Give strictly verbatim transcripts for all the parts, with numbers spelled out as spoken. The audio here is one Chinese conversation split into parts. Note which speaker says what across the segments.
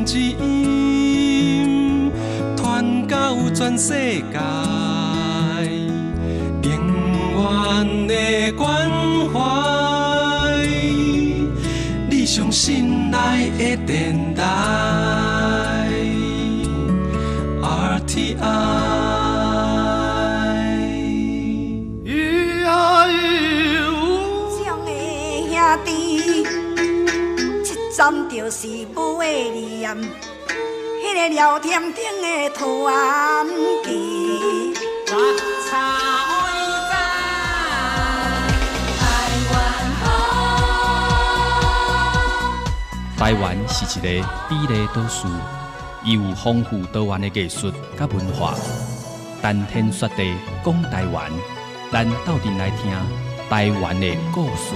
Speaker 1: 之音，传到全世界，永远的关怀，你上心爱的电台 R T I。站就是无的念，迄个聊天顶的传奇。我操爱台湾好。台湾是一个美丽岛屿，伊有丰富多元的艺术甲文化。谈天说地讲台湾，咱斗阵来听台湾的故事。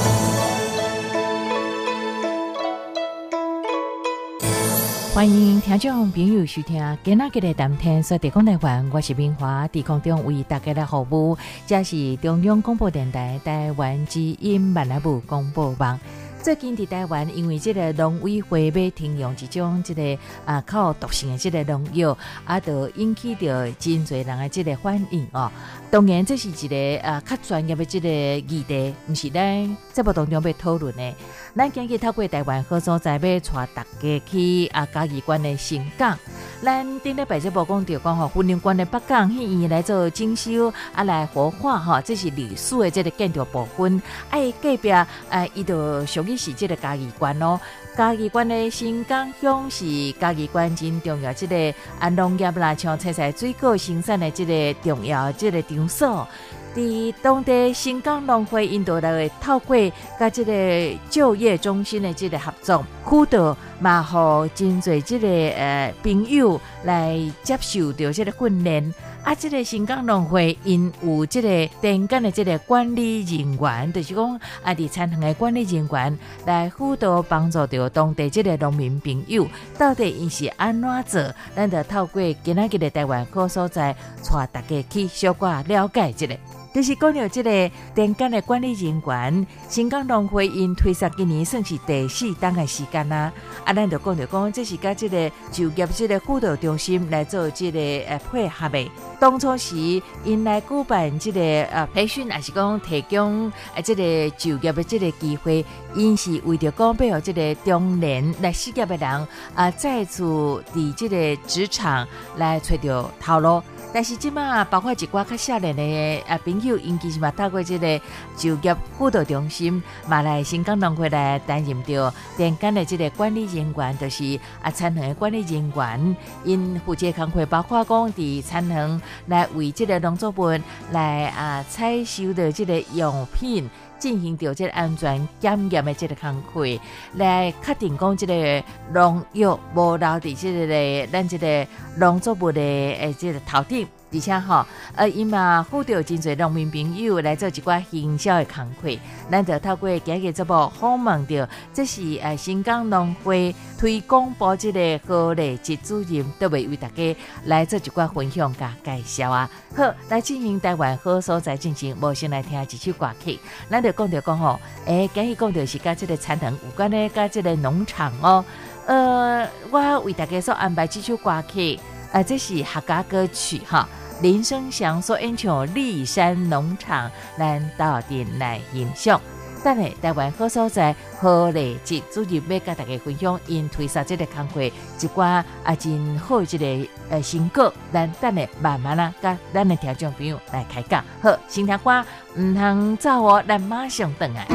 Speaker 2: 欢迎听众朋友收听今仔日的谈天说地讲台湾，我是明华，在空中为大家来服务。这是中央广播电台台湾之音慢来部广播网。最近伫台湾，因为这个农委会要停用一种这个啊靠毒性的这个农药，啊，就引起着真侪人的这个反应哦。当然，这是一个啊较专业的这个议题，不是咱节目当中要讨论的。咱今日透过台湾好所在，要带大家去啊嘉义县的新港。咱顶礼拜节目讲到讲吼，云林县的北港迄院来做整修啊，来活化哈，这是历史的这个建筑部分。哎，隔壁啊，伊就属于是这个嘉义县咯。嘉义县的新港乡是嘉义县真重要这个啊农业啦，像采采水果生产的这个重要这个场所。伫当地新港农会因度来透过甲这个就业中心的这个合作，辅导嘛，互真侪这个呃朋友来接受到这个训练。啊，这个新港农会因有这个电干的这个管理人员，就是讲啊，伫产行的管理人员来辅导帮助到当地这个农民朋友，到底因是安怎做？咱就透过今仔日的台湾好所在，带大家去小可了解一下。就是讲到这个电干的管理人员，新港农会因推出今年算是第四档的时间啦。啊，咱就讲到讲，这是甲这个就业这个辅导中心来做这个呃配合的。当初时因来举办这个呃培训，还是讲提供呃这个就业的这个机会，因是为着讲要让这个中年来失业的人啊，再次伫这个职场来找到头路。但是即马包括一寡较少年的啊朋友，因其实嘛透过这个就业辅导中心，嘛来新港农会来担任着电干的这个管理人员，就是啊产行的管理人员，因负责工作包括讲伫产行来为这个农作物来啊采收的这个用品。进行到这个安全检验的这个工作，来确定讲这个农药无留伫这个咱这个农作物的诶这个头顶，而且吼，呃，伊嘛辅导真侪农民朋友来做一寡行销的工作，咱就透过今日节目访问到，这是诶新港农会推广部这个何立吉主任，都会为大家来做一寡分享甲介绍啊。好，来进行台湾好所在进行，无先来听一首歌曲，咱就讲到讲吼，诶，今日讲到是甲这个产能有关的，甲这个农场哦，呃，我为大家所安排这首歌曲，啊、呃，这是客家歌曲哈。林生祥所演唱《立山农场》，咱到店来欣赏。等下台湾好所在，何立吉主任要甲大家分享因推出这个工作一寡啊真好一个呃成果，咱等下慢慢啊，甲咱的听众朋友来开讲。好，先听歌，唔通走哦，咱马上回来。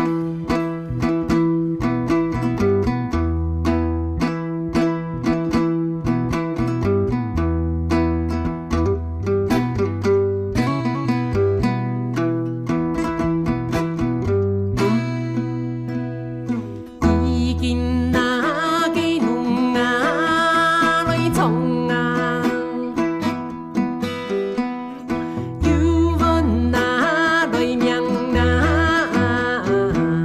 Speaker 3: 有阮哪来命啊？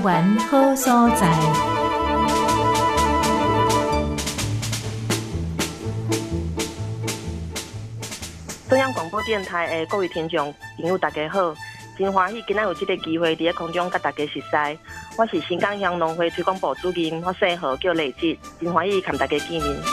Speaker 2: 湾好所在。
Speaker 3: 中央广播电台的各位听众朋友，大家好，真欢喜今仔有这个机会伫咧空中甲大家熟悉。我是新港乡农会推广部主任，我姓何叫丽芝，真欢喜跟大家见面。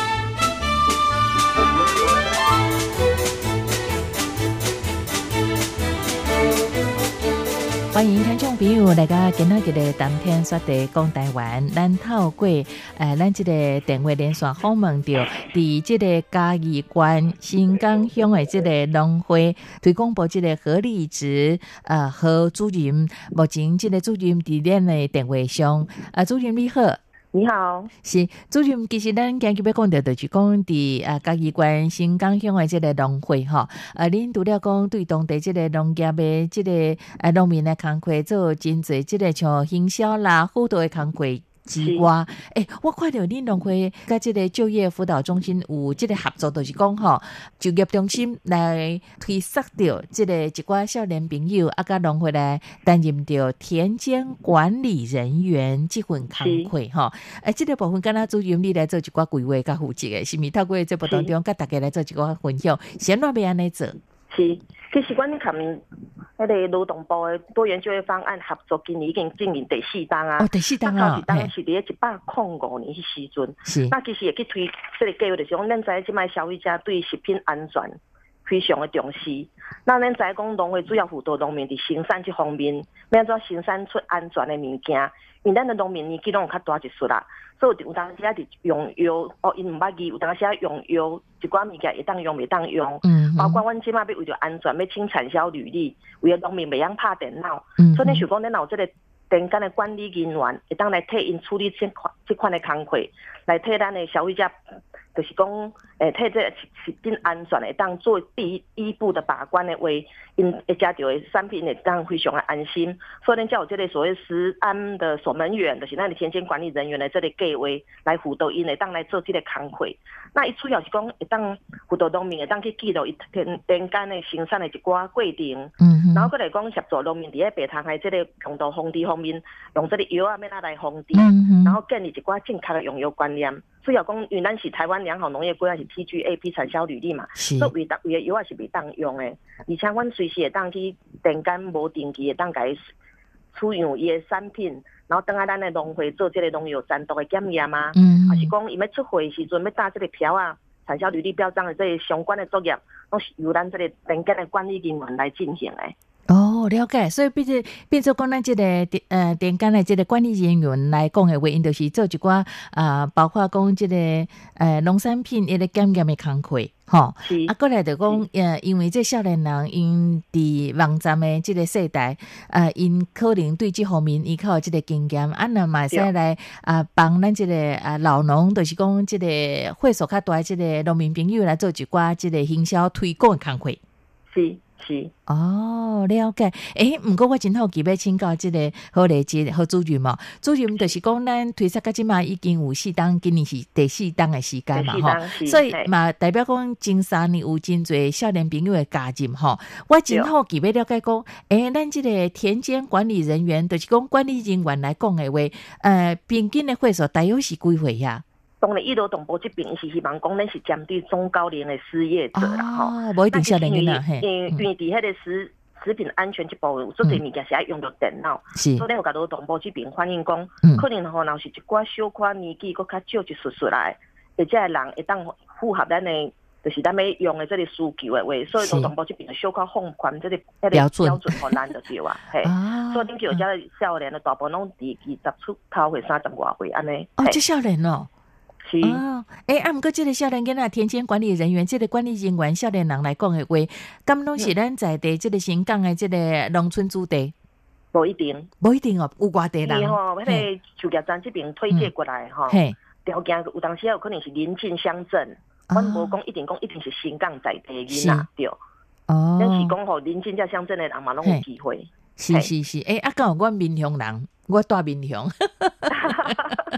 Speaker 2: 欢迎听众朋友来到今仔日的谈天说地讲台湾，咱透过呃咱这个电话连线访问到伫这个嘉义县新港乡的这个农会推广部这个何立植呃何主任，目前这个主任伫咱的电话上，呃主任你好。
Speaker 3: 你好，
Speaker 2: 是主任。其实咱今日要讲到，就是讲伫啊嘉义县新港乡的这个农会吼，啊，恁除了讲对当地这个农业的这个啊农民的工课做真侪，这个像行销啦、辅导的工课之外，诶、欸，我看到恁农会甲这个就业辅导中心有这个合作，就是讲吼，就业中心来推设到这个一寡少年朋友啊，甲农会来担任着田间管理人员这份工课吼。诶，这个部分敢若主任你来做一寡规划甲负责的，是毋是透过节目当中甲大家来做一寡分享？先乱要安尼做？
Speaker 3: 是，其实阮跟迄个劳动部的多元就业方案合作，今年已经进行第四档啊。
Speaker 2: 哦，第四档啊，
Speaker 3: 头一档是伫咧一百零五年迄时阵。
Speaker 2: 是。那
Speaker 3: 其实会去推这个计划，就是讲，咱知即卖消费者对食品安全非常的重视。那咱知讲农会主要辅导农民伫生产这方面，要安怎生产出安全的物件。因为咱的农民年纪拢有较大一岁啦，所以有当时啊伫用药，哦，因毋捌字，有当时啊用药，一寡物件会当用袂当用。嗯。包括阮即马要为着安全，要清产销履历，为了农民袂晓拍电脑。嗯。所以咱想讲，咱有即个田间的管理人员，会当来替因处理这款这款的工课，来替咱的消费者。就是讲，诶，替这食品安全会当做第一步的把关的话，因会食到的产品会当非常的安心。所以咱才有这个所谓食安的守门员，就是咱的田间管理人员的这个计划来辅导因会当来做这个工课。那伊主要是讲会当辅导农民会当去记录伊田田间的生产的一寡过程，嗯，然后过来讲协助农民伫咧白糖的这个用度防治方面，用这个药啊要哪来防治，嗯，然后建立一寡正确的用药观念。主要讲，因为咱是台湾良好农业规划是 T G A P 产销履历嘛，所以为为药啊是袂当用的，而且阮随时会当去田间无定期会当甲伊取样伊的产品，然后等下咱的农会做这个农药残毒的检验嘛，嗯，还是讲伊要出货的时阵要打这个标啊，产销履历标章的这些相关的作业，拢是由咱这个田间的管理人员来进行的。
Speaker 2: 哦，了解，所以变成变做讲咱这个呃田间的这个管理人员来讲的话，因就是做一寡啊、呃，包括讲这个呃农产品一个检验的工课，吼，啊，过来就讲呃，因为这少年人因伫网站的这个世代，呃，因可能对这方面伊较有这个经验，啊，那嘛使来啊帮咱这个啊老农，就是讲这个会所较大的这个农民朋友来做一寡这个行销推广的工课，
Speaker 3: 是。是
Speaker 2: 哦，了解。诶，不过我真好奇要请教这个何丽芝何主任嘛，主任就是讲咱推出到即嘛已经有四档，今年是第四档的时间嘛吼，所以嘛代表讲前三年有真侪少年朋友的加入吼。我真好奇要了解讲，诶，咱这个田间管理人员，就是讲管理人员来讲的话，呃，平均的会数大约是几岁呀？
Speaker 3: 当然，医疗动部这边是希望讲，咱是针对中高龄的失业者啦，吼、
Speaker 2: 哦，无一定少年人啦，
Speaker 3: 嘿。因为因为伫迄个食食品安全这部分，有做侪物件是爱用到电脑，
Speaker 2: 是。
Speaker 3: 所以咱有甲劳动部这边反映讲，
Speaker 2: 嗯、
Speaker 3: 可能吼，若是一寡小可年纪，佫较少一岁岁来，或者人会当符合咱的，就是咱要用的这个需求的话，所以劳动部这边小可放宽这个那个标准，互咱就对啊，嘿。所以恁叫遮少年的大部分拢伫二十出头岁、三十外岁安尼。
Speaker 2: 哦，这少年哦。
Speaker 3: 是
Speaker 2: 哦，诶、欸，啊，毋过即个少年囡仔田间管理人员，即、这个管理人员少年人来讲的话，敢拢是咱在地即个新港的即个农村子弟？
Speaker 3: 无一定，
Speaker 2: 无一定哦，有外地人。
Speaker 3: 伊吼，迄个就业站这边推荐过来吼，条件有当时有可能是邻近乡镇，阮无讲一定讲一定是新港在地囡仔对。哦，咱是讲吼邻近遮乡镇的人嘛，拢有机会。
Speaker 2: 是是是，诶、欸，啊，敢有阮民雄人，我住民雄。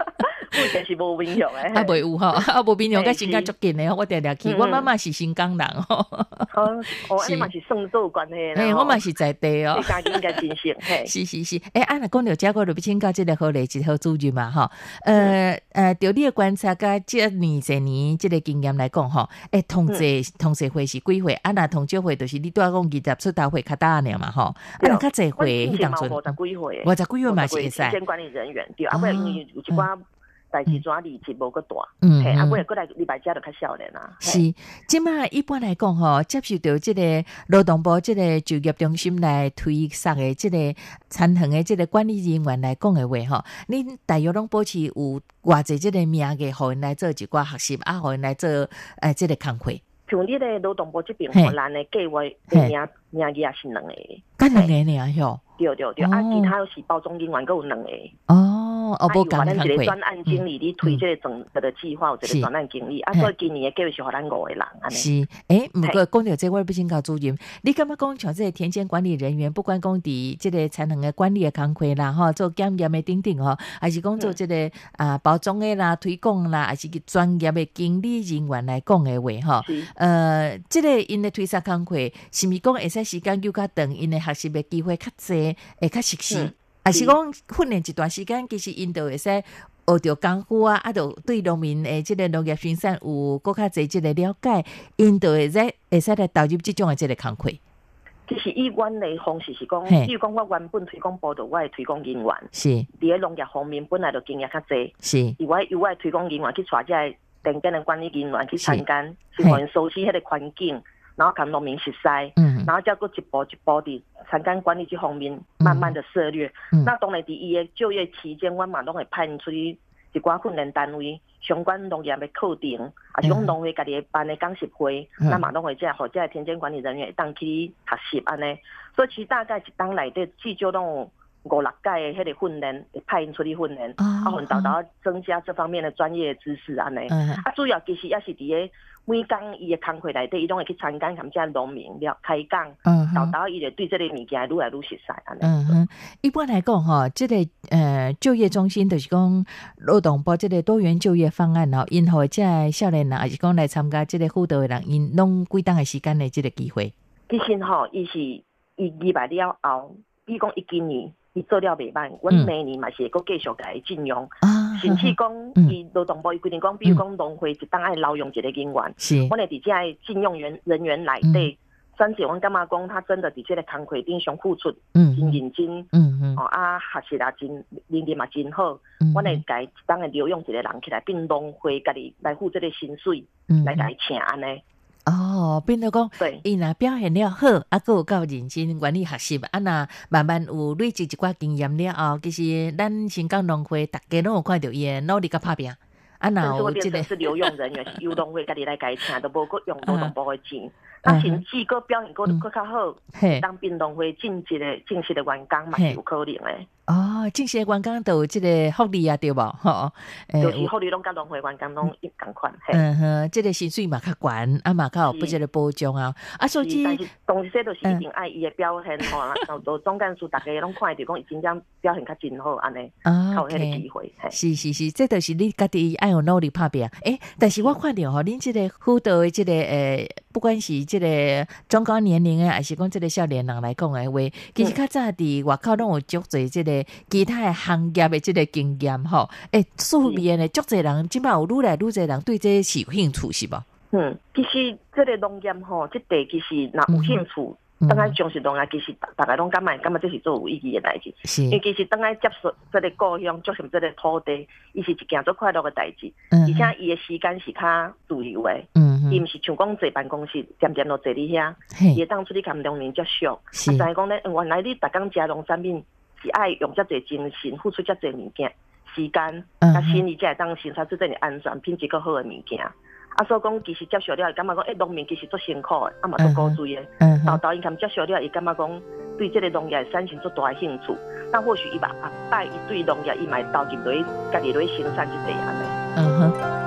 Speaker 3: 目前是无影响诶，
Speaker 2: 啊袂有吼，啊无影响，甲新加足近诶，我定定去，我妈妈是新港人吼，
Speaker 3: 哦，哦，你嘛是算做有关系啦，
Speaker 2: 诶，我嘛是在地哦，
Speaker 3: 家己应该真实，嘿，
Speaker 2: 是是是，诶，啊，若讲到遮个就要请教即个好例子好主任嘛，吼，呃呃，就你诶观察甲即年侪年即个经验来讲吼，诶，同济同济会是几岁？啊，若同少会就是你拄仔讲二十出头会较大尔嘛，吼，啊，若较济会迄当阵，
Speaker 3: 五十几岁，
Speaker 2: 五十几岁嘛是会使，
Speaker 3: 行政管理人员对，啊，尾因为有一寡。代志怎离职无够大，
Speaker 2: 嗯，
Speaker 3: 嘿，啊，尾过来礼拜遮就较少年啦。
Speaker 2: 是，即马一般来讲吼，接受到即个劳动部即个就业中心来推设的即个参恒的即个管理人员来讲的话吼，恁大约拢保持有偌济即个名额，互因来做一寡学习，啊，互因来做诶即个工课。
Speaker 3: 像你咧劳动部这边，荷咱的计划的名名额也是两个，
Speaker 2: 干两个尔哟。
Speaker 3: 对对对，啊，其他是包装人员，佫有两个。
Speaker 2: 哦，哦，无共
Speaker 3: 咱一个专案经理，你推这个整个的计划，有一个专案经理，啊，所以今年的计划是互咱五个人。
Speaker 2: 是，诶，毋过讲到这，我不先教主任，你感觉讲像这个田间管理人员，不管讲伫这个产能的管理的工课啦，吼，做检验的等等吼，还是讲做这个啊包装的啦、推广啦，还是专业的经理人员来讲的话，吼，呃，这个因的推测工课，是毋是讲会使时间又较长，因的学习的机会较济，会较熟悉？还是讲训练一段时间，其实因就会使学着功夫啊，啊，就对农民诶，即个农业生产有更较侪即个了解，因就会使会使来投入即种诶即个工课。
Speaker 3: 其实以阮诶方式是讲，比如讲我原本推广部的，我诶推广人员
Speaker 2: 是
Speaker 3: 伫咧农业方面本来就经验较侪，
Speaker 2: 是
Speaker 3: 以外由我推广人员去带即个田间诶管理人员去参观，去互因熟悉迄个环境。然后跟农民熟悉，嗯，然后再过一步一步的参观管理这方面，慢慢的涉略。嗯、那当然，伫伊的就业期间，阮嘛拢会派因出去一寡训练单位，相关农业的课程，啊是讲农会家己办的讲习会，那嘛拢会即或者田间管理人员会当去学习安尼。所以其实大概一当内底至少拢有五六届的迄个训练，会派因出去训练，啊，混豆豆增加这方面的专业知识安尼。啊，主要其实也是伫咧。每工伊诶工课内底，伊拢会去参观他们家农民了开讲，豆豆伊就对这个物件愈来愈熟悉安尼。
Speaker 2: 嗯哼，一般来讲吼，这个呃就业中心就是讲劳动部这个多元就业方案吼，因互这少年人还是讲来参加这个辅导的人，因拢几档的时间的这个机会。
Speaker 3: 其实吼，伊是伊入来了后，比如讲伊今年伊做了袂歹，阮明年嘛是会继续甲伊禁用。甚至讲，伊劳动部伊规定讲，比如讲农会一当爱劳用一个人员，阮会伫遮禁用员人员内底，甚至阮感觉讲，他真的伫这个工课顶上付出，真认真，哦啊，学习也真能力嘛真好，阮会甲伊当然留用一个人起来，并农会家己来付这个薪水，来甲伊请安尼。
Speaker 2: 哦，变得讲，伊若表现了好，啊，佫有够认真愿意学习，啊，若慢慢有累积一寡经验了后，其实咱新港农会大家拢有看到伊诶努力甲拍拼，啊，若有
Speaker 3: 即个是留用人员，由农会家己来甲伊请，都无佫用劳动部诶钱。那甚至佫表现佫佫较好，当并农会正式诶正式诶员工嘛是有可能诶。
Speaker 2: 哦，正式诶员工都有即个福利啊，对无？吼，
Speaker 3: 就是福利拢甲农会员工拢一共款。
Speaker 2: 嗯哼，即个薪水嘛较悬，啊嘛较有不即个保障啊。啊，所以
Speaker 3: 但是当时说就是一定爱伊诶表现吼，然后总干事大家拢看着讲伊真正表现较真好安尼，较有迄个机会。
Speaker 2: 是是是，这就是你家己爱有努力拍拼。诶，但是我看到吼，恁即个辅导诶即个诶，不管是即个中高年龄诶，还是讲即个少年人来讲诶话，其实较早伫外口拢有足侪即个其他诶行业诶即个经验吼。诶，厝边诶足侪人，即摆有愈来愈侪人对这是有兴趣是无？
Speaker 3: 嗯，其实这个农业吼，即地其实若有兴趣。当然，从事农业其实大家拢感觉感觉这是做有意义的代志，因为其实当然接受这个故乡，接受这个土地，伊是一件做快乐的代志，而且伊的时间是较自由的，伊毋是像讲坐办公室，渐渐都坐伫遐，伊会当出去甲农民接触，啊，知影讲咧，原来你逐工食农产品是爱用遮侪精神，付出遮侪物件，时间，甲心理才会当生产出遮尔安全、品质较好的物件。啊，所以讲其实接受了，伊感觉讲，诶，农民其实足辛苦的，啊嘛足古锥的。豆豆因他们接受了，伊感觉讲对这个农业产生足大的兴趣。那或许伊把后摆伊对农业伊嘛投入落去，家己落去生产即个安尼。嗯哼。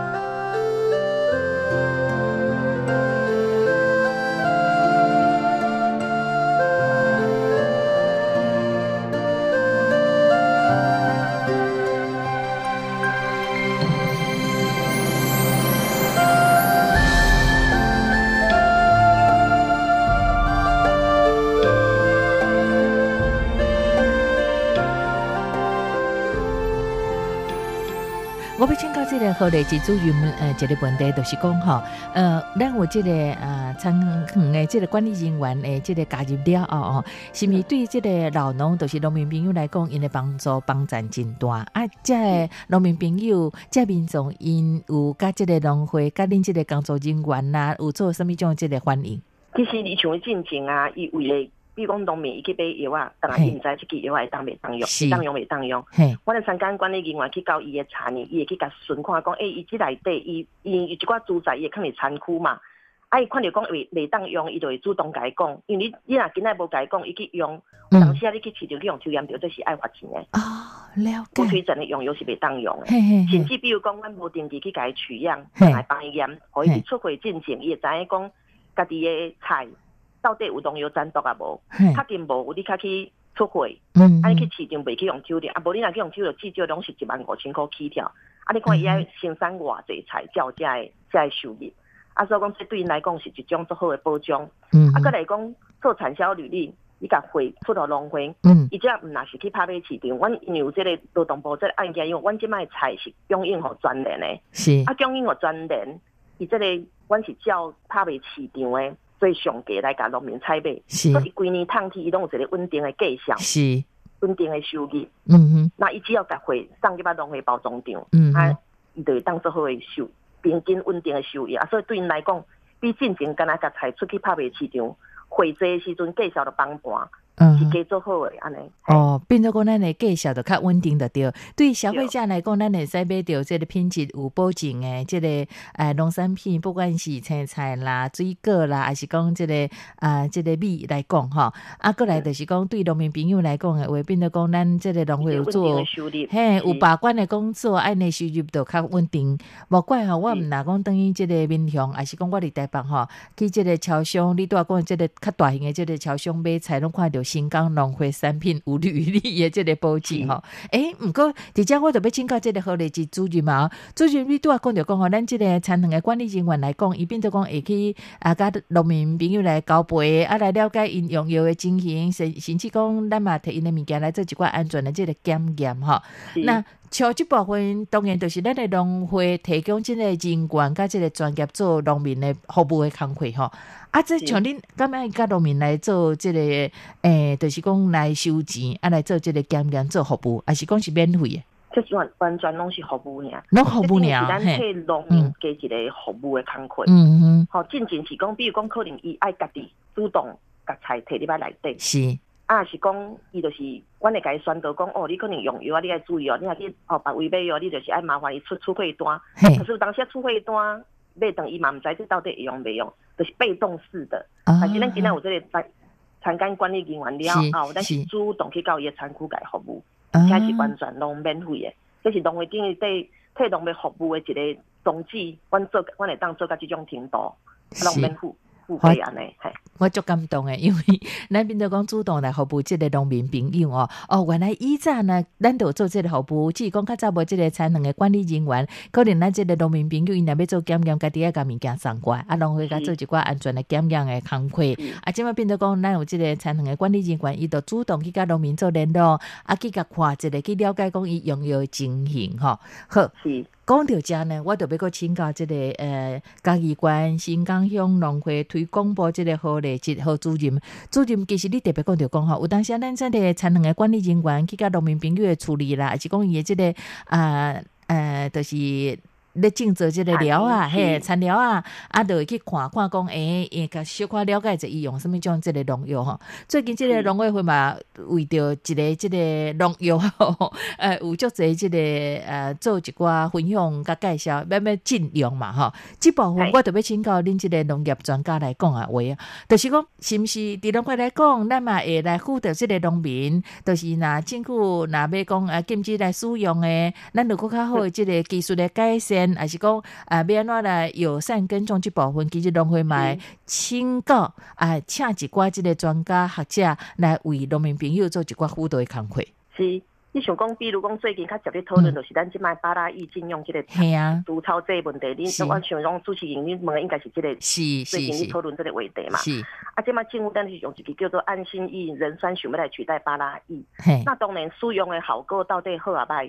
Speaker 2: 我要请教这个何立志主任呃一个问题，就是讲吼，呃，咱有这个呃参园的这个管理人员的这个加入了后哦，是毋是对这个老农，就是农民朋友来讲，因的帮助帮助真大啊？这个农民朋友、这民众，因有甲这个农会、甲恁这个工作人员啦，有做什么种这个反应？
Speaker 3: 其实你像进前啊，伊为了比如讲农民伊去买药啊，当然伊毋知即支药会当袂当用，会当用袂当用。我哋参观管理人员去到伊的茶园，伊会去甲询看讲，诶、欸，伊即内底伊伊有一寡主材伊会看伫产区嘛，啊，伊看到讲袂袂当用，伊就会主动甲伊讲，因为你你若今仔无甲伊讲，伊去用，有当时啊你去市场去用抽烟条，这是爱罚钱的。
Speaker 2: 哦，了解。
Speaker 3: 不推荐的用药是袂当用的，
Speaker 2: 嘿嘿嘿
Speaker 3: 甚至比如讲，阮无定期去甲伊取样，来帮伊验，互伊出货进前，伊会知影讲家己的菜。到底有农药残毒啊无？确定无，你较去出货，嗯，啊你去市场袂去用抽的，啊无你若去用抽的，至少拢是一万五千块起跳。啊，你看伊爱生产偌济菜，才有才会才会收入。啊，所以讲这对因来讲是一种最好的保障。嗯，啊，再来讲做产销履历，你甲货出到农会，嗯，伊只毋若是去拍卖市场，阮因为有这个劳动部这个案件，因为阮即摆菜是供应互专联的，是啊，供应互专联，伊这个阮是照拍卖市场的。最上价来甲农民采买，所以规年趟期伊拢有一个稳定的价效，是稳定的收入。嗯哼，那伊只要甲货送去把农会包装场，嗯，啊，伊就会当做好的收，平均稳定的收益啊。所以对因来讲，比进前敢若甲菜出去拍卖市场，货济的时阵价效就放盘。嗯，是加做好的安尼。
Speaker 2: 哦，变做讲咱的价效就较稳定的对。对消费者来讲，咱会使买到这个品质有保证的这个呃农产品，不管是青菜啦、水果啦，还是讲这个啊、呃、这个米来讲哈，啊，过来就是讲对农民朋友来讲的话，变做讲咱这个农会有做，嘿，有把关的工作，安尼收入就较稳定。无怪吼，我毋若讲等于这个民雄，还是讲我伫台北吼，去这个超商，你拄啊讲这个较大型的这个超商买菜，拢看到。新港农会产品有履历的这个保证吼，诶，不过伫遮我就要请教这个何立志主任嘛，主任你拄啊讲着讲吼，咱这个产业的管理人员来讲，伊变做讲会去啊，甲农民朋友来交陪，啊来了解因用药的情形，甚甚至讲咱嘛摕因的物件来做一寡安全的这个检验吼。那像这部分当然就是咱的农会提供这个人员甲这个专业做农民的服务的工作吼。啊，这像恁敢爱甲农民来做这个诶、欸，就是讲来收钱，啊来做这个检验做服务，还是讲是免费的？
Speaker 3: 这是完完全拢是服务尔，
Speaker 2: 拢服务尔，
Speaker 3: 是咱替农民加一个服务的工作。
Speaker 2: 嗯哼，
Speaker 3: 好，进前是讲，比如讲，可能伊爱家己主动甲菜摕入来内底。
Speaker 2: 是。
Speaker 3: 啊，是讲伊就是，阮会甲伊宣导讲，哦，你可能用药啊，你要注意哦，你若去哦别位买药，你就是爱麻烦伊出出货单。可是当时出货单。买等伊嘛毋知这到底会用袂用，就是被动式的。啊、但是咱今仔有这个产产干管理人员了后，咱是主动去到伊个产区甲服务，而且是完全拢免费的。这是农会等于对替农民服务的一个宗旨，阮做阮会当做到这种程度，拢免付付费安尼。系
Speaker 2: 我足感动诶，因为咱变做讲主动来服务即个农民朋友哦。哦，原来以前呢，咱就做即个服务，只是讲较早无即个产能诶管理人员，可能咱即个农民朋友因若要做检验，家己爱甲物件送过来，啊，农会甲做一寡安全诶检验诶工作。啊，即摆变做讲，咱有即个产能诶管理人员，伊就主动去甲农民做联络，啊，去甲看一个，去了解讲伊用药诶情形吼。好。是讲到这呢，我就要搁请教这个呃，嘉义县新港乡农会推广部这个何立志何主任。主任其实你特别讲到讲吼，有当时咱这个产能的管理人员去甲农民朋友的处理啦，还是讲伊的这个啊呃，就是咧种做这个疗啊，嘿，产疗啊，啊，就会去看看讲，诶、欸，甲小可了解者伊用什么种这个农药吼。最近这个农委会嘛，为着一个这个农药吼，呃，有足侪这个呃做一寡分享甲介绍，慢慢禁用嘛吼。这部分我特别请教恁这个农业专家来讲啊话啊，就是讲是毋是伫农会来讲，咱嘛会来辅导这个农民，就是若政府若要讲啊禁止来使用诶，咱如果较好诶这个技术的改善。还是讲啊，要安怎来友善耕种这部分，其实农会嘛请教啊，请一寡这个专家学者来为农民朋友做一寡辅导的工作。
Speaker 3: 是，你想讲，比如讲最近较直接讨论，就是咱即卖巴拉益禁用这个除草剂问题。你我想讲主持人，你问的应该是这个，是最近你讨论这个话题嘛？是。啊，即卖政府咱是用一个叫做安心益人酸想要来取代巴拉益。那当然使用的效果到底好啊歹？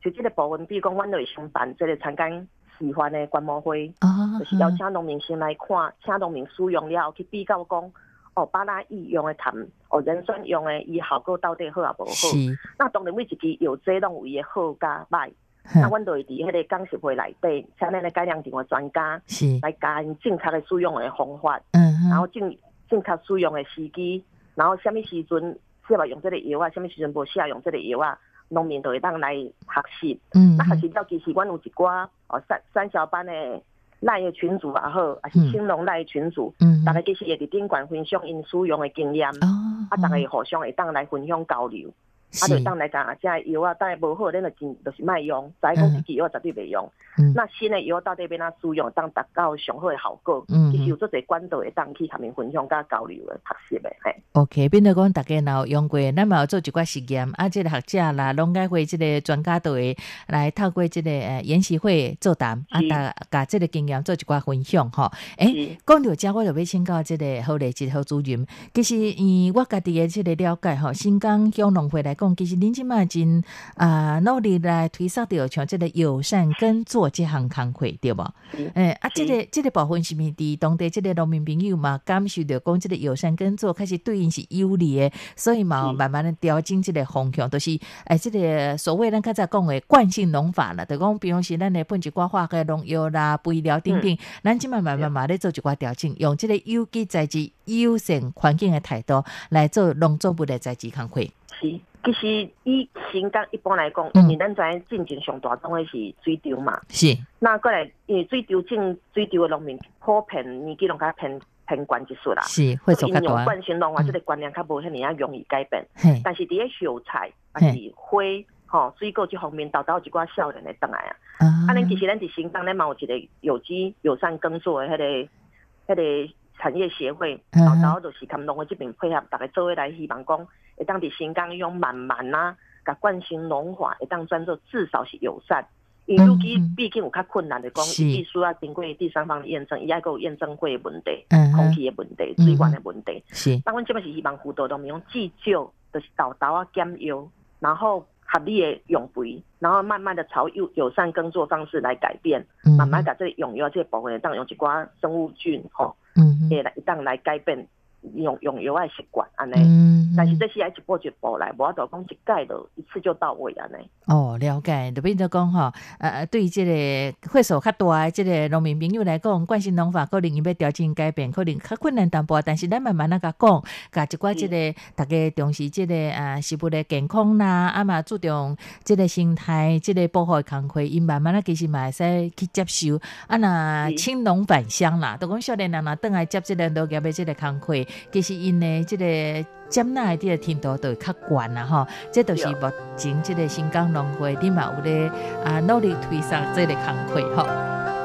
Speaker 3: 就这个部分，比如讲，阮就会先办这个参加示范的观摩会，
Speaker 2: 哦，
Speaker 3: 就是邀请农民先来看，请农民使用了去比较讲，哦，巴拉伊用的痰，哦，人酸用的伊效果到底好啊无好？那当然每一支药剂拢有伊的好甲歹。那阮就会伫迄个讲习会内底，请咱的改良场的专家来教因正确的使用的方法，嗯、然后正正确使用的时机，然后什么时阵适合用这个药啊，什么时阵无适合用这个药啊，农民就会当来学习。嗯，那学习了，其实阮有一寡哦三三小班的赖的群组也好，还是青农赖的群组，嗯，大家其实会伫顶管分享因使用的经验，哦、啊，大家会互相会当来分享交流。啊，就当来讲啊，这药啊，当然无好，咱就真就是卖用。知讲这支药绝对袂用。嗯、那新的药到底要哪使用，当达到上好的效果？嗯、其实有做侪管道会当去他们分享、甲交流的学习的。嘿
Speaker 2: OK， 变做讲大家若有用过，咱嘛有做一寡实验，啊，这个学者啦，农改会这个专家都会来透过这个呃研习会座谈，啊，甲甲这个经验做一寡分享吼。诶，讲到这，我就要请教这个好励志好主任。其实，以我家己的这个了解吼，新港乡农会来讲。其实恁即马真啊努力来推扫到像这个友善耕作这项工课对无？诶啊，这个这个部分是毋是伫当地这个农民朋友嘛感受到讲这个友善耕作开始对因是有利的，所以嘛慢慢的调整这个方向，就是诶这个所谓咱较早讲的惯性农法啦，就讲比如是咱的喷一寡化学农药啦、肥料等等，咱即马慢慢慢咧做一寡调整，用这个有机材质、友善环境的态度来做农作物的材质工课。
Speaker 3: 是。其实以新港一般来讲，因为咱知影进前上大宗的是水稻嘛，
Speaker 2: 是。
Speaker 3: 那过来，因为水稻种水稻的农民普遍年纪拢较偏偏悬一术啦，
Speaker 2: 是会做较大。
Speaker 3: 用惯性农法，这个观念较无遐尔啊容易改变。但是伫咧蔬菜还是花吼水果这方面，豆豆一寡少年会倒来啊。啊，咱其实咱伫新港，咱嘛有一个有机友善耕作的迄个迄个产业协会，豆豆就是他们农会这边配合，大家做伙来希望讲。会当伫新港用慢慢啊，甲惯性农法会当转做至少是友善，因为有机毕竟有较困难的讲，伊需要经过第三方的验证，伊还佫有验证会的问题、嗯、空气的问题、水源的问题。是，但阮这边是希望辅导农民用至少就是豆豆啊减药，然后合理的用肥，然后慢慢的朝友友善耕作方式来改变，嗯、慢慢把这个用药这个部分当用一寡生物菌吼，嗯，会来当来改变。用用药的习惯安尼，嗯、但是这是要一步一步来，无法度讲一届就一次就到位安尼。
Speaker 2: 哦，了解，就变做讲吼，呃，对于这个岁数较大的这个农民朋友来讲，惯性农法可能伊要调整改变，可能较困难淡薄，但是咱慢慢啊甲讲，甲一寡这个大家重视这个啊食物的健康啦，啊嘛注重这个生态、这个保护的工课，伊慢慢啊其实嘛会使去接受，啊那青农返乡啦，就讲少年人若倒来接这个农业的这个工课。其实因的这个接纳的这个程度就会较悬啦吼，这都是目前这个新港农会你嘛有咧啊努力推上这个工课吼。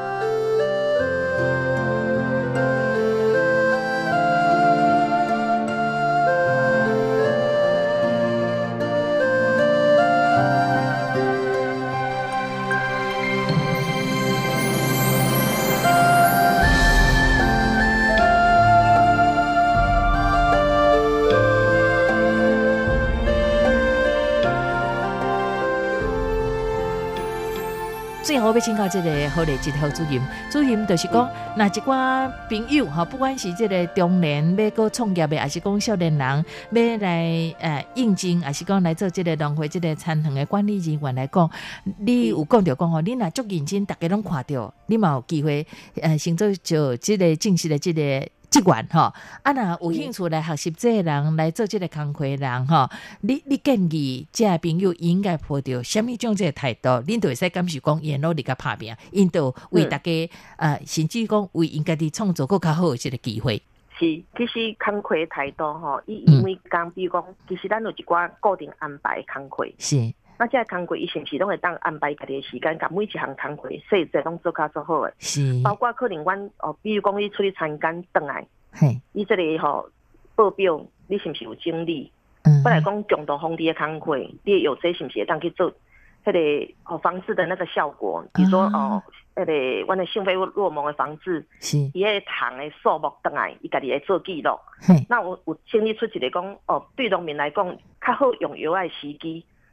Speaker 2: 最后要请教这个好励志好主任，主任就是讲，那一寡朋友哈，不管是这个中年要过创业的，还是讲少年人要来呃应征，还是讲来做这个农会这个餐堂的管理人员来讲，你有讲到讲吼，你若足认真，大家拢看到，你嘛有机会呃，先做就这个正式的这个。职员吼，啊若有兴趣来学习这个人来做这个工课的人吼，你你建议这个朋友应该抱着什么种这个态度？恁就会使感受讲，因努力甲拍拼，因就为大家、嗯、呃，甚至讲为因家己创造更较好的这个机会。
Speaker 3: 是，其实工课的态度吼，伊因为讲，比如讲，其实咱有一寡固定安排工课。是。那这工课伊是毋是拢会当安排家己的时间，甲每一项工课细节拢做较做好诶。是，包括可能阮哦，比如讲你出去参观转来，嘿，你这里吼、哦、报表，你是毋是有整理？嗯，本来讲强度风力的工课，你有这是毋是会当去做迄个哦防治的那个效果？比如说、啊、哦，迄、那个阮的性非若蒙的防治，是伊迄糖的数目转来，伊家己来做记录。那我有整理出一个讲哦，对农民来讲，较好用药的时机。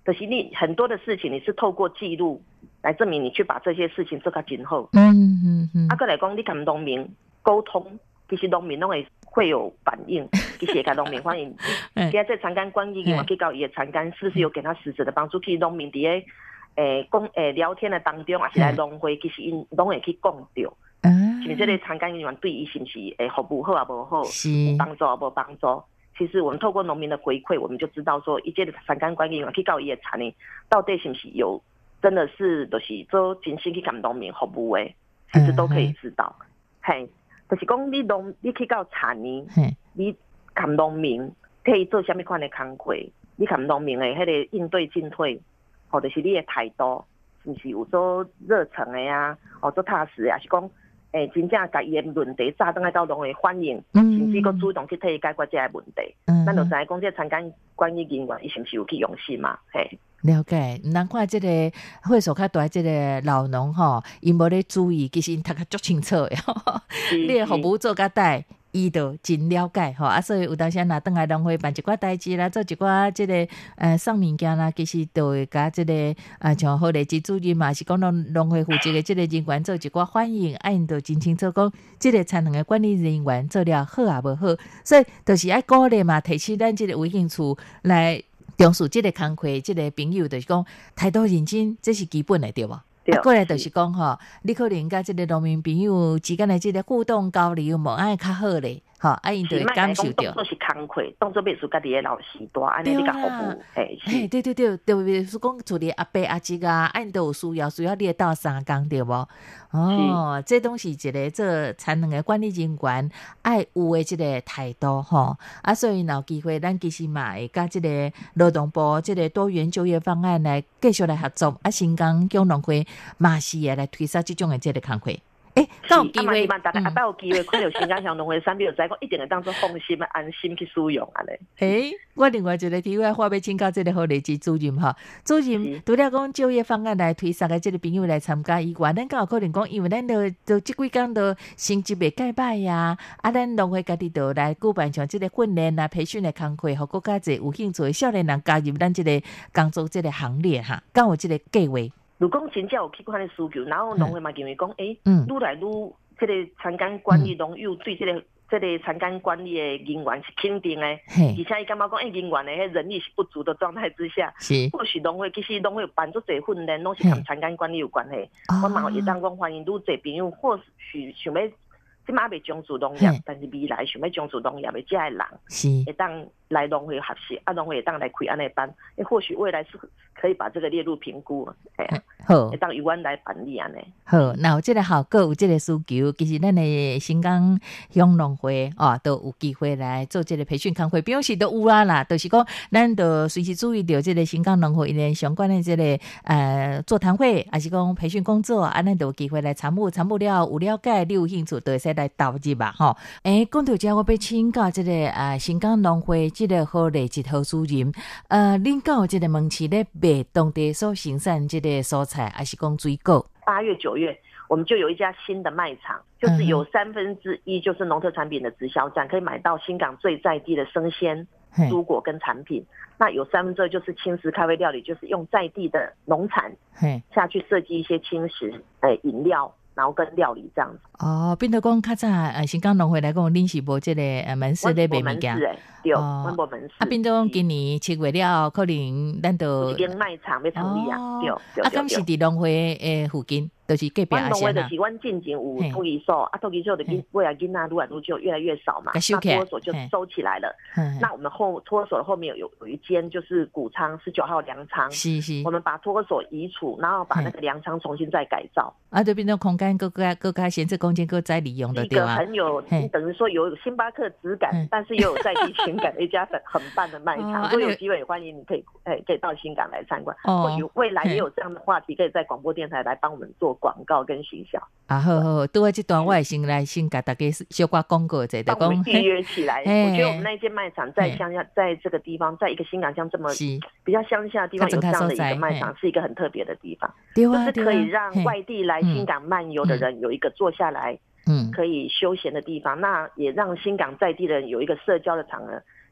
Speaker 3: 就是你很多的事情你是透过记录来证明你去把这些事情做到今后。
Speaker 2: 嗯嗯嗯。
Speaker 3: 啊，再来讲，你跟农民沟通，其实农民都会会有反应，其实跟农民反应。现在在长庚关于我去到伊的长庚，是不是有给他实质的帮助？其实农民伫个诶讲诶聊天的当中，也是来农会，其实因拢会去讲到。是不是这个长庚人员对伊是不是诶服务好啊无好，有帮助啊无帮助？其实我们透过农民的回馈，我们就知道说，一届的长庚管理员去到伊的田里，到底是不是有真的是就是做真心去跟农民服务的，其实都可以知道。嘿，就是讲你农你去到田里，你跟农民可以做什么款的工作？你跟农民的迄个应对进退，或者是你的态度，是不是有做热忱的呀？哦，做踏实呀？是讲。诶，真正甲伊诶问题早等来到农会反映，甚至佫主动去替伊解决这个问题。咱就知影讲，这参观管理人员伊是毋是有去用心嘛？嘿，
Speaker 2: 了解。难怪这个会所较大，这个老农吼，因无咧注意，其实因读较足清楚诶。你诶服务做甲带。伊就真了解吼，啊，所以有当时若倒来农会办一寡代志啦，做一寡即、这个呃送物件啦，其实都会甲即、这个啊像好类之主任嘛，是讲农农会负责的即个人员做一寡反应，啊，因就真清楚讲，即个产能的管理人员做了好啊无好，所以就是爱鼓励嘛，提起咱即个有兴趣来重视即个工课，即、这个朋友就是讲态度认真，这是基本的对无？啊，过来就是讲吼，你可能甲即个农民朋友之间的即个互动交流，无爱较好咧，吼，啊，因就会感受到。
Speaker 3: 当作是工课，当作别说家己的老师大，安尼你甲服务，嘿，
Speaker 2: 嘿，对对对，特别是讲厝里阿伯阿叔啊，啊，因都有需要，需要你斗相共对无？哦，这东西一个做产能的管理人员爱有的即个态度吼，啊，所以若有机会，咱其实嘛会甲即个劳动部即个多元就业方案来继续来合作，啊，新港共农会嘛是会来推销即种的即个工课。诶，刚有机会，
Speaker 3: 大家啊，有机会看到新港乡农会产品，就知讲一定会当作放心、安心去使用啊咧。
Speaker 2: 诶，我另外一个题外话要请教这个好例子主任哈，主任除了讲就业方案来推送的这个朋友来参加以外，咱敢有可能讲，因为咱都都即几工都成绩袂介歹呀，啊，咱农会家己都来举办像这个训练啊、培训的工课，互更加侪有兴趣的少年人加入咱这个工作这个行列哈，敢有这个计划？
Speaker 3: 如果真正有去看的需求，然后农会嘛认为讲，诶、欸，愈来愈这个参观管理农友对这个这个参观管理的人员是肯定的，而且伊感觉讲，诶、欸，人员的迄人力是不足的状态之下，或许农会其实农会有办足侪训练，拢是跟参观管理有关系。我嘛会当讲欢迎愈侪朋友，或许想要即马未从事农业，但是未来想要从事农业的这些人，会当来农会学习，啊，农会会当来开安尼班，诶，或许未来是可以把这个列入评估，哎呀，好，会当由阮来办理安尼。
Speaker 2: 好，那有这个效果，有这个需求，其实咱的新港乡农会哦，都有机会来做这个培训工会，比如是都有啊啦，就是讲咱都随时注意到这个新港农会因为相关的这个呃座谈会，还是讲培训工作，啊，咱都有机会来参与，参与了有了解，你有兴趣，都会使来投入吧，吼。诶，讲到这，我要请教这个呃新港农会这个好例一号主任，呃，恁有这个门市咧卖当地所生产这个蔬菜，还是讲水果？
Speaker 3: 八月、九月，我们就有一家新的卖场，就是有三分之一就是农特产品的直销站，可以买到新港最在地的生鲜蔬果跟产品。那有三分之二就是轻食咖啡料理，就是用在地的农产下去设计一些轻食、诶饮料。然后跟料理这样子
Speaker 2: 哦，变到讲较早呃，新港农会来讲，恁是无这个呃门市咧卖物件，
Speaker 3: 对，阮无门市。
Speaker 2: 啊，变到今年七月了，可能咱都
Speaker 3: 一间卖场要成立啊，对对。
Speaker 2: 啊，敢是伫农会诶附近，就是隔壁阿
Speaker 3: 县啊。农会就是阮进前有托儿所，啊，托儿所的未来囡仔愈来愈就越来越少嘛，那托儿所就收起来了。那我们后托儿所的后面有有一间就是谷仓十九号粮仓，
Speaker 2: 是是。
Speaker 3: 我们把托儿所移除，然后把那个粮仓重新再改造，
Speaker 2: 啊，就变成空间各个各个闲置空间各再利用的对吧？
Speaker 3: 一个很有等于说有星巴克质感，但是又有在地情感的一家很很棒的卖场。所以有机会欢迎你可以诶可以到新港来参观。或许未来也有这样的话题，可以在广播电台来帮我们做广告跟行销。
Speaker 2: 啊，好好，对我这段我也先来先给大家小挂广告者，
Speaker 3: 帮我们预约起来。我觉得我们那间卖场在乡下，在这个地方，在一个新港乡这么比较乡下的地方有这样的一个卖场，是一个很特别的地方，就是可以让外地来新港漫游的人有一个坐下来，嗯，可以休闲的地方。那也让新港在地的人有一个社交的场合，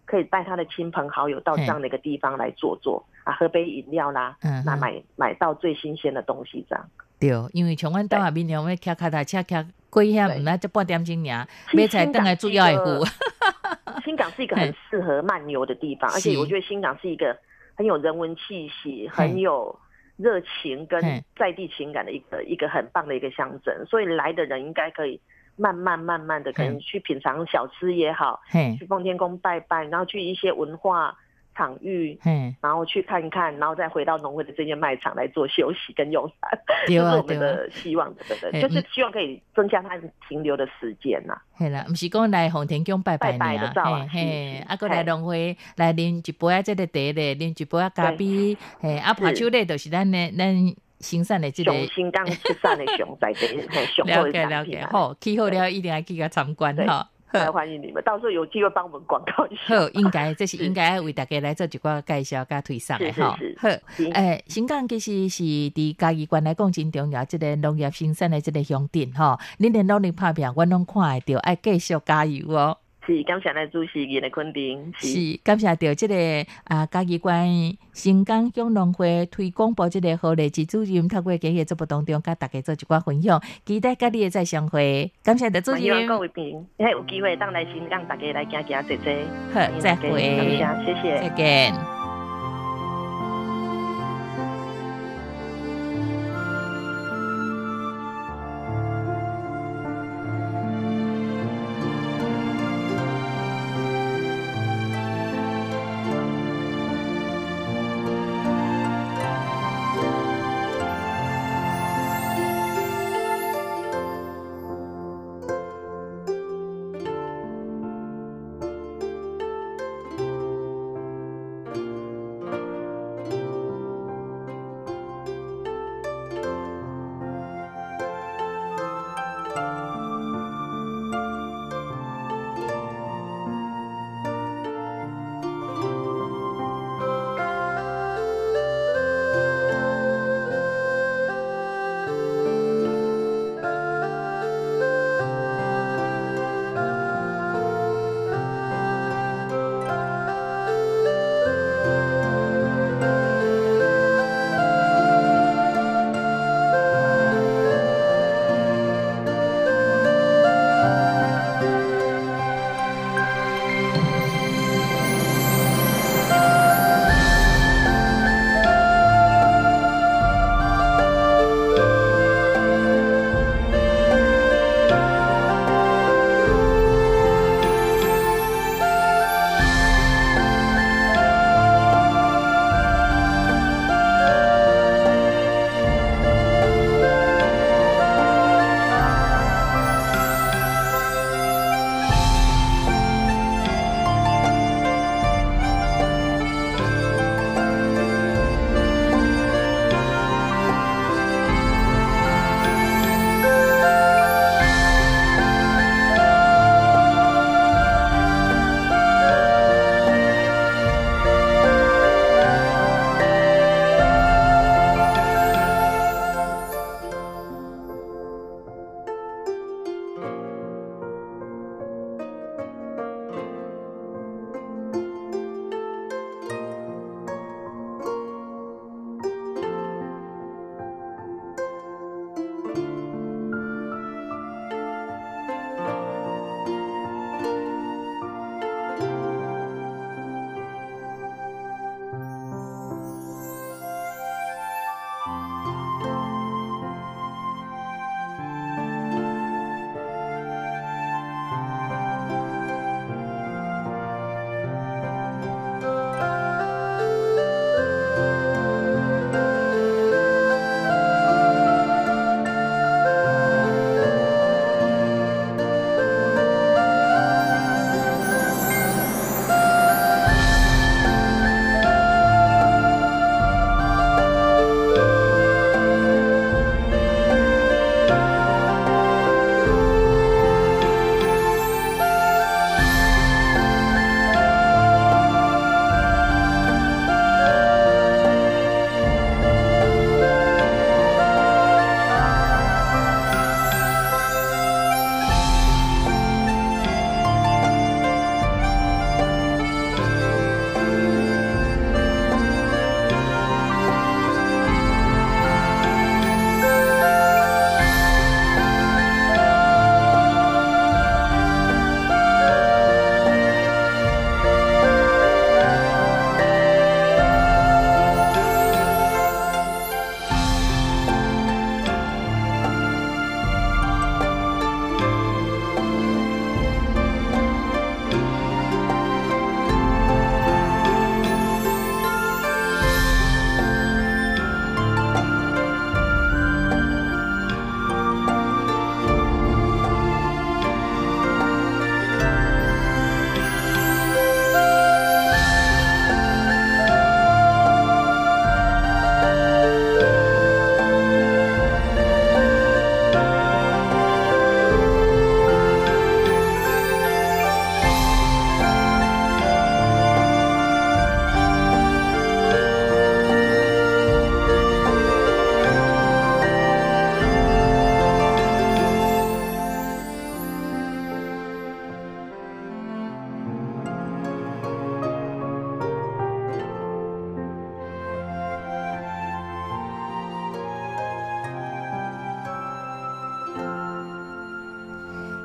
Speaker 3: 可以带他的亲朋好友到这样的一个地方来坐坐啊，喝杯饮料啦，嗯、那买买到最新鲜的东西这样。
Speaker 2: 对，因为像阮岛下面我们骑脚踏车骑过遐，唔那就半点钟尔，买菜等来主要的户。
Speaker 3: 新港是一个很适合漫游的地方，而且我觉得新港是一个很有人文气息、很有热情跟在地情感的一个一个很棒的一个乡镇，所以来的人应该可以慢慢慢慢的，可能去品尝小吃也好，去奉天宫拜拜，然后去一些文化场域，然后去看看，然后再回到农会的这间卖场来做休息跟用餐，这是我们的希望，对对对，就是希望可以增加他停留的时间呐。
Speaker 2: 系啦，唔是讲来奉天宫拜拜
Speaker 3: 拜的啊，
Speaker 2: 嘿，啊，搁来农会来啉一杯啊，这个茶咧，啉一杯啊咖啡，嘿，啊，爬手咧，就是咱的咱新产的这个
Speaker 3: 新港出产的上在地，上
Speaker 2: 了解了解，好，去好了一定要去个参观哈。
Speaker 3: 来欢迎你们，到时候有机会帮我们广告一下。
Speaker 2: 好，应该这是应该为大家来做一个介绍加推送的哈。好，诶，新港其实是伫嘉义县来讲真重要，这个农业生产的这个乡镇哈，恁的努力拍拼，我拢看会到，爱继续加油哦。
Speaker 3: 是，感谢咱主持人的肯定。
Speaker 2: 是，是感谢到这个啊，嘉义县新港乡农会推广部这个何立之主任，透过今日节目当中，甲大家做一寡分享，期待甲你的再相会。感谢到主任。
Speaker 3: 希望各位朋友，有机会当来新港，大家来行行坐坐。
Speaker 2: 好，再会。
Speaker 3: 感谢，谢谢。
Speaker 2: 再见。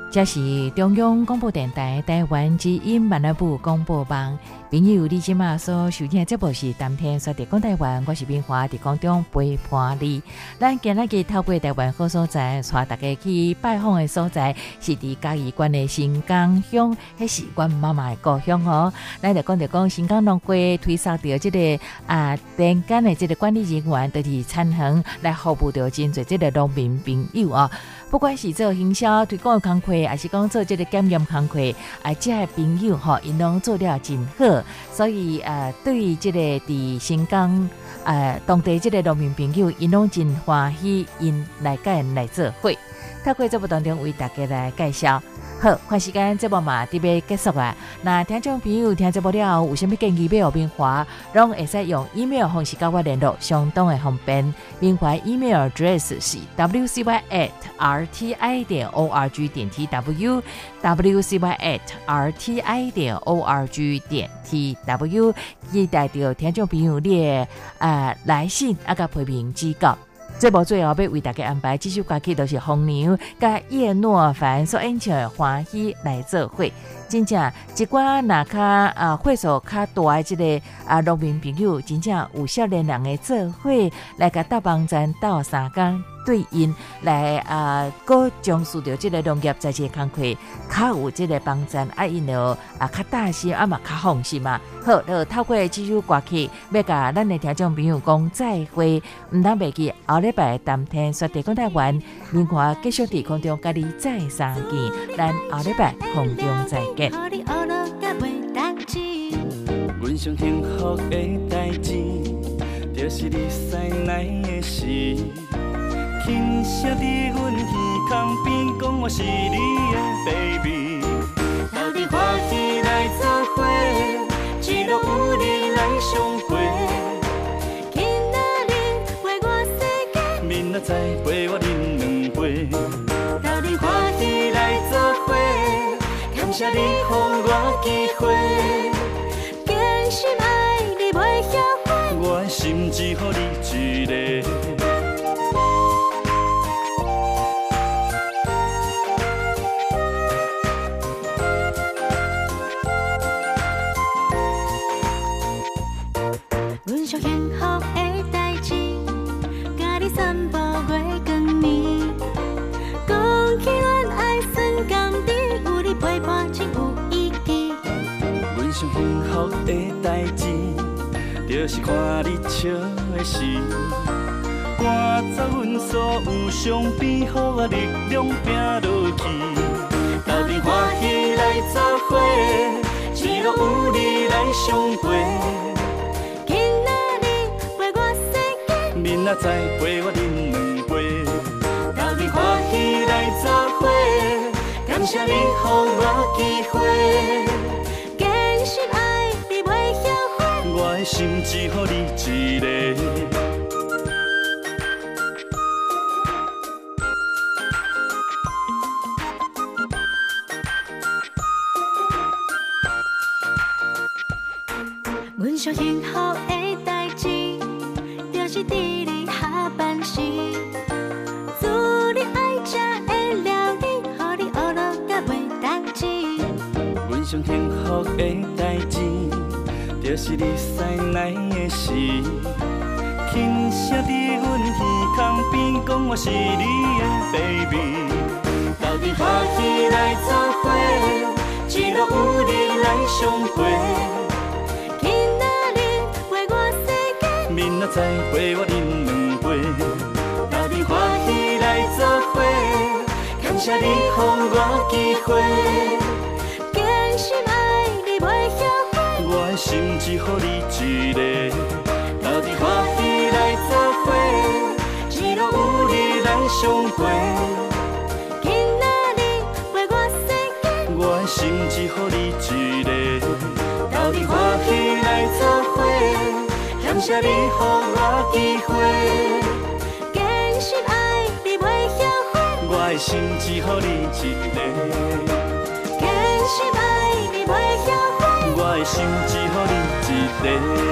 Speaker 2: 这是中央广播电台台湾之音慢乐部广播网。朋友，你即马所收听的节目是谈天说地讲台湾，我是冰华，伫空中陪伴你。咱今日嘅透过台湾好所在，带大家去拜访的所在，是伫嘉义县的新港乡，迄是阮妈妈的故乡哦。咱就讲着讲新港农会推送到即个啊田间的即个管理人员，就是参恒来服务着真侪即个农民朋友哦。不管是做行销推广的工课，还是讲做即个检验工课，啊，这些朋友吼，因拢做了真好，所以呃，对于即个伫新港呃当地即个农民朋友，因拢真欢喜，因来甲因来做伙。透过节目当中为大家来介绍。好，看时间节目嘛，伫要结束啊。那听众朋友听节目了后，有啥物建议要互冰华，拢会使用 email 方式甲我联络，相当的方便。冰华 email address 是 w c y at r t i 点 o r g 点 t w w c y at r t i 点 o r g 点 t w， 期待着听众朋友你的啊来信啊甲批评指教。节目最后要为大家安排这首歌曲，就是红牛甲叶诺凡所演唱的《欢喜来做伙》。真正一寡那较啊岁数较大的这个啊农民朋友，真正有少年人的做伙来甲斗帮咱斗三工，对因来啊，搁从事着这个农业在这工课，较有这个帮助啊，因就啊较大心啊嘛较放心嘛。好，就透过这首歌曲，要甲咱的听众朋友讲再会，唔通袂记后礼拜谈天说地讲台湾，明华继续伫空中甲你再相见，咱后礼拜空中再见。
Speaker 4: 阮上幸福的代志，就是你塞奶的时，轻声伫阮耳孔边讲我是你的 baby。斗阵欢喜来做伙，一路有你来相陪。今仔日陪我世界，明仔载陪我饮两杯。斗阵欢喜来做伙。感谢你予我机会，真心爱你袂后悔，我的心只予你一个。阮上幸福的代志，甲你散步月光暝，讲起咱爱酸甘甜。陪伴真有意义。阮上幸福的代志，就是看你笑的时，赶走阮所有伤悲，予我力量拼落去。斗阵欢喜来做伙，一路有你来相陪。今仔日陪我世界，明仔载陪我饮两杯。斗阵欢喜来做伙。感谢你予我机会，真心爱你袂后悔，我的心只予你一个。阮上幸福的代志，就是伫你下班时，祝你爱吃的料理。阮上幸福的代志，就是你塞奶的时，轻声伫阮耳孔边讲我是你的 baby。斗阵欢喜来做伙，一路有你来相陪。今仔日陪我世界，明仔载陪我饮两杯。斗阵欢喜来做伙。感谢你予我机会，真心爱你袂后悔，我的心只予你一个。斗阵欢喜来做伙，一路有你来相陪。今仔日陪我世界，我的心只予你一个。斗阵欢喜来做伙，感谢你予我机会，真心爱你袂后悔。我的心只予你一个，真心爱你袂后悔，我的心只予你一个。